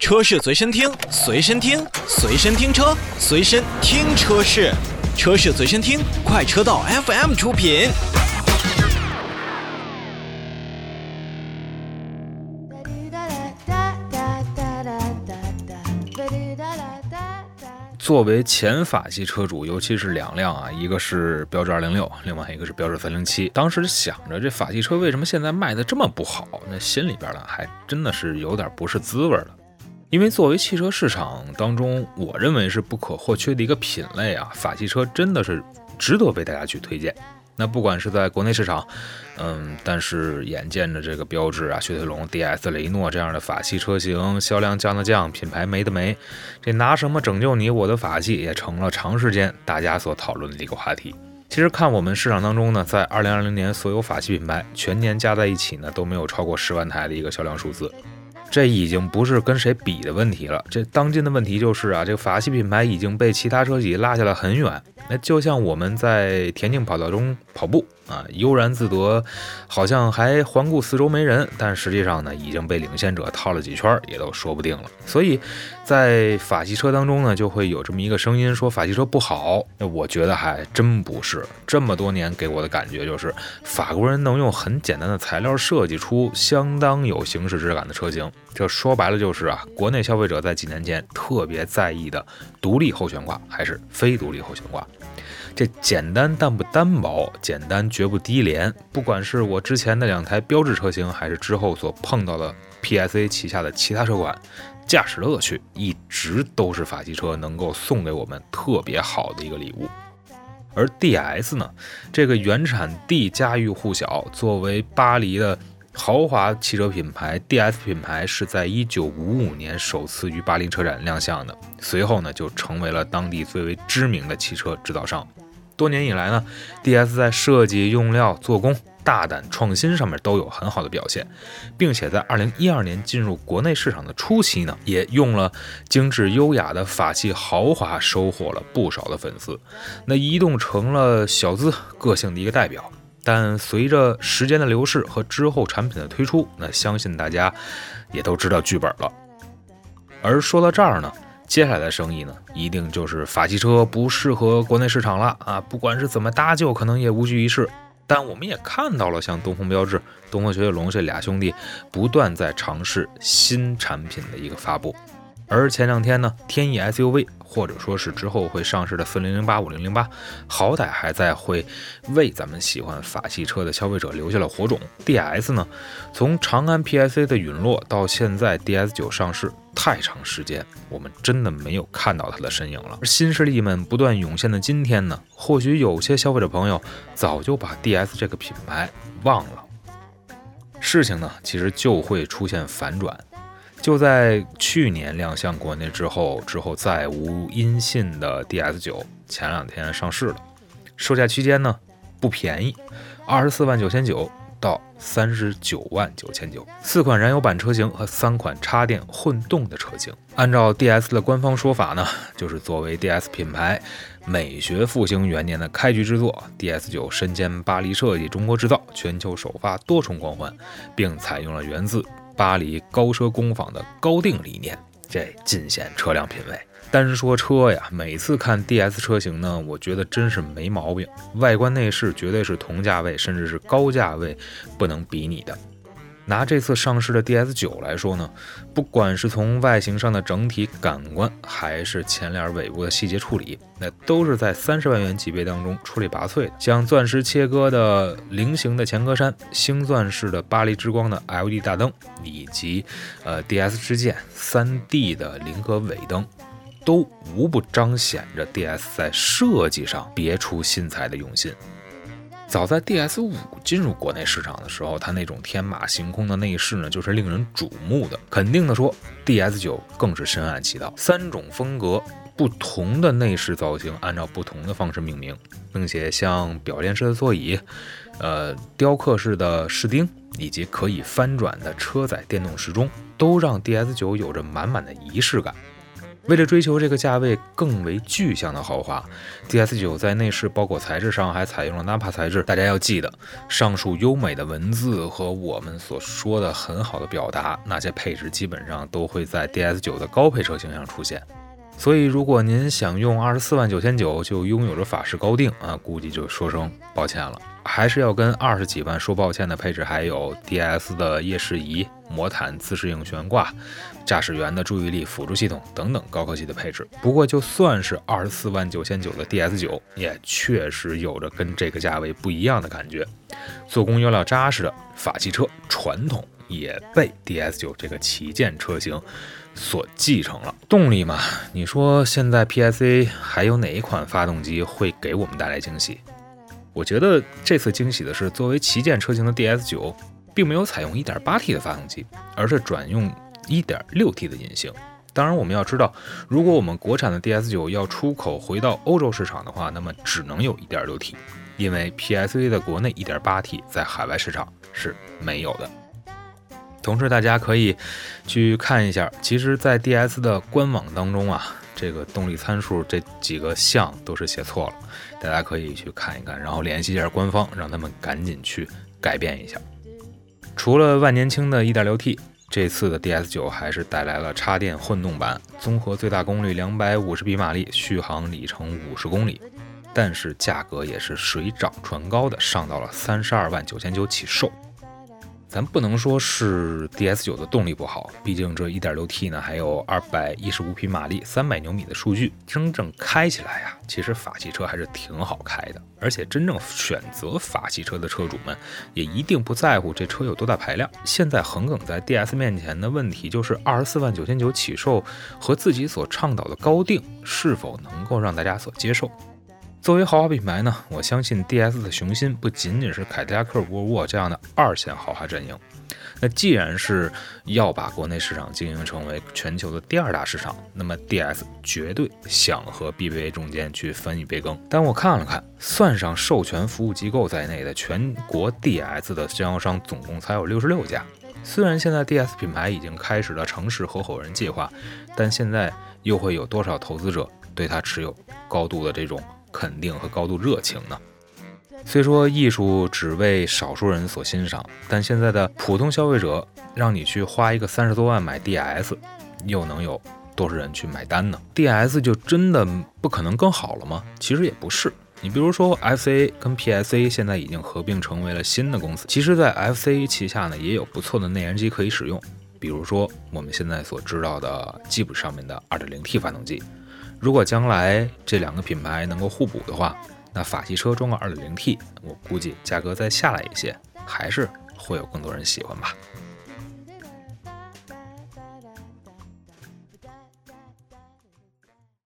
车市随身听，随身听，随身听车，随身听车市，车市随身听，快车道 FM 出品。 作为前法系车主，尤其是两辆啊，一个是标致206，另外一个是标致307。当时想着这法系车为什么现在卖的这么不好，那心里边呢还真的是有点不是滋味了。因为作为汽车市场当中，我认为是不可或缺的一个品类啊，法系车真的是值得被大家去推荐。那不管是在国内市场，但是眼见着这个标致啊、雪铁龙、DS、雷诺这样的法系车型销量降的降，品牌没的没，这拿什么拯救你我的法系也成了长时间大家所讨论的一个话题。其实看我们市场当中呢，在2020年所有法系品牌全年加在一起呢，都没有超过10万台的一个销量数字。这已经不是跟谁比的问题了，这当今的问题就是啊，这个法系品牌已经被其他车企拉下了很远。那就像我们在田径跑道中跑步啊，悠然自得，好像还环顾四周没人，但实际上呢，已经被领先者套了几圈也都说不定了。所以在法系车当中呢，就会有这么一个声音说法系车不好。那我觉得还真不是，这么多年给我的感觉就是法国人能用很简单的材料设计出相当有形式质感的车型。这说白了就是啊，国内消费者在几年前特别在意的独立后悬挂还是非独立后悬挂。这简单但不单薄，简单绝不低廉。不管是我之前的2台标致车型，还是之后所碰到的 PSA 旗下的其他车款，驾驶乐趣一直都是法系车能够送给我们特别好的一个礼物。而 DS 呢，这个原产地家喻户晓，作为巴黎的豪华汽车品牌 DS 品牌是在1955年首次于巴黎车展亮相的，随后呢就成为了当地最为知名的汽车制造商。多年以来呢 DS 在设计、用料、做工、大胆创新上面都有很好的表现，并且在2012年进入国内市场的初期呢，也用了精致优雅的法系豪华收获了不少的粉丝，那移动成了小资个性的一个代表。但随着时间的流逝和之后产品的推出，那相信大家也都知道剧本了。而说到这儿呢，接下来的生意呢，一定就是法系车不适合国内市场了啊！不管是怎么搭救，可能也无济于事。但我们也看到了，像东风标致、东风雪铁龙这俩兄弟不断在尝试新产品的一个发布。而前2天呢，天翼 SUV 或者说是之后会上市的4008、5008，好歹还在会为咱们喜欢法系车的消费者留下了火种。DS 呢，从长安 PSA 的陨落到现在 DS9 上市，太长时间，我们真的没有看到它的身影了。而新势力们不断涌现的今天呢，或许有些消费者朋友早就把 DS 这个品牌忘了。事情呢，其实就会出现反转。就在去年亮相国内之后再无音信的 DS9 前2天上市了，售价区间呢不便宜，24.999万到39.999万，4款燃油版车型和3款插电混动的车型。按照 DS 的官方说法呢，就是作为 DS 品牌美学复兴元年的开局之作， DS9 身兼巴黎设计、中国制造、全球首发多重光环，并采用了源自巴黎高奢工坊的高定理念，这尽显车辆品味。单说车呀，每次看 DS 车型呢，我觉得真是没毛病，外观内饰绝对是同价位甚至是高价位不能比拟的。拿这次上市的 DS9 来说呢，不管是从外形上的整体感官，还是前脸尾部的细节处理，那都是在30万元级别当中出类拔萃的。像钻石切割的菱形的前格栅、星钻式的巴黎之光的 LED 大灯，以及DS 之剑 3D 的菱格尾灯，都无不彰显着 DS 在设计上别出心裁的用心。早在 DS5 进入国内市场的时候，它那种天马行空的内饰呢，就是令人瞩目的。肯定的说， DS9 更是深谙其道，3种风格不同的内饰造型，按照不同的方式命名，并且像表链式的座椅、雕刻式的饰钉，以及可以翻转的车载电动时钟，都让 DS9 有着满满的仪式感。 为了追求这个价位更为具象的豪华， DS9 在内饰包裹材质上还采用了 Nappa 材质。大家要记得，上述优美的文字和我们所说的很好的表达，那些配置基本上都会在 DS9 的高配车型上出现。所以如果您想用24.999万就拥有着法式高定估计就说声抱歉了，还是要跟20几万说抱歉的配置还有 DS 的夜视仪、魔毯自适应悬挂、驾驶员的注意力辅助系统等等高科技的配置。不过就算是24.999万的 DS9 也确实有着跟这个价位不一样的感觉，做工有料扎实的法系车传统也被 DS9 这个旗舰车型所继承了。动力嘛，你说现在 PSA 还有哪一款发动机会给我们带来惊喜？我觉得这次惊喜的是，作为旗舰车型的 DS9 并没有采用 1.8T 的发动机，而是转用 1.6T 的引擎。当然我们要知道，如果我们国产的 DS9 要出口回到欧洲市场的话，那么只能有 1.6T， 因为 PSA 的国内 1.8T 在海外市场是没有的。同时大家可以去看一下，其实在 DS 的官网当中这个动力参数这几个项都是写错了，大家可以去看一看，然后联系一下官方，让他们赶紧去改变一下。除了万年青的 1.6T， 这次的 DS9 还是带来了插电混动版，综合最大功率250匹马力，续航里程50公里，但是价格也是水涨船高的，上到了32.999万起售。咱不能说是 DS9 的动力不好，毕竟这 1.6T 呢还有215匹马力300牛米的数据，真正开起来其实法系车还是挺好开的。而且真正选择法系车的车主们也一定不在乎这车有多大排量。现在横亘在 DS 面前的问题就是24.999万起售和自己所倡导的高定是否能够让大家所接受。作为豪华品牌呢，我相信 DS 的雄心不仅仅是凯迪拉克、沃尔沃这样的2线豪华阵营。那既然是要把国内市场经营成为全球的第2大市场，那么 DS 绝对想和 BBA 中间去分一杯羹。但我看了看，算上授权服务机构在内的全国 DS 的经销商总共才有66家。虽然现在 DS 品牌已经开始了城市合伙人计划，但现在又会有多少投资者对它持有高度的这种肯定和高度热情呢？虽说艺术只为少数人所欣赏，但现在的普通消费者让你去花一个30多万买 DS， 又能有多少人去买单呢？ DS 就真的不可能更好了吗？其实也不是。你比如说 FCA 跟 PSA 现在已经合并成为了新的公司，其实在 FCA 旗下呢也有不错的内燃机可以使用，比如说我们现在所知道的 Jeep 上面的 2.0T 发动机。如果将来这2个品牌能够互补的话，那法系车装个 2.0T， 我估计价格再下来一些，还是会有更多人喜欢吧。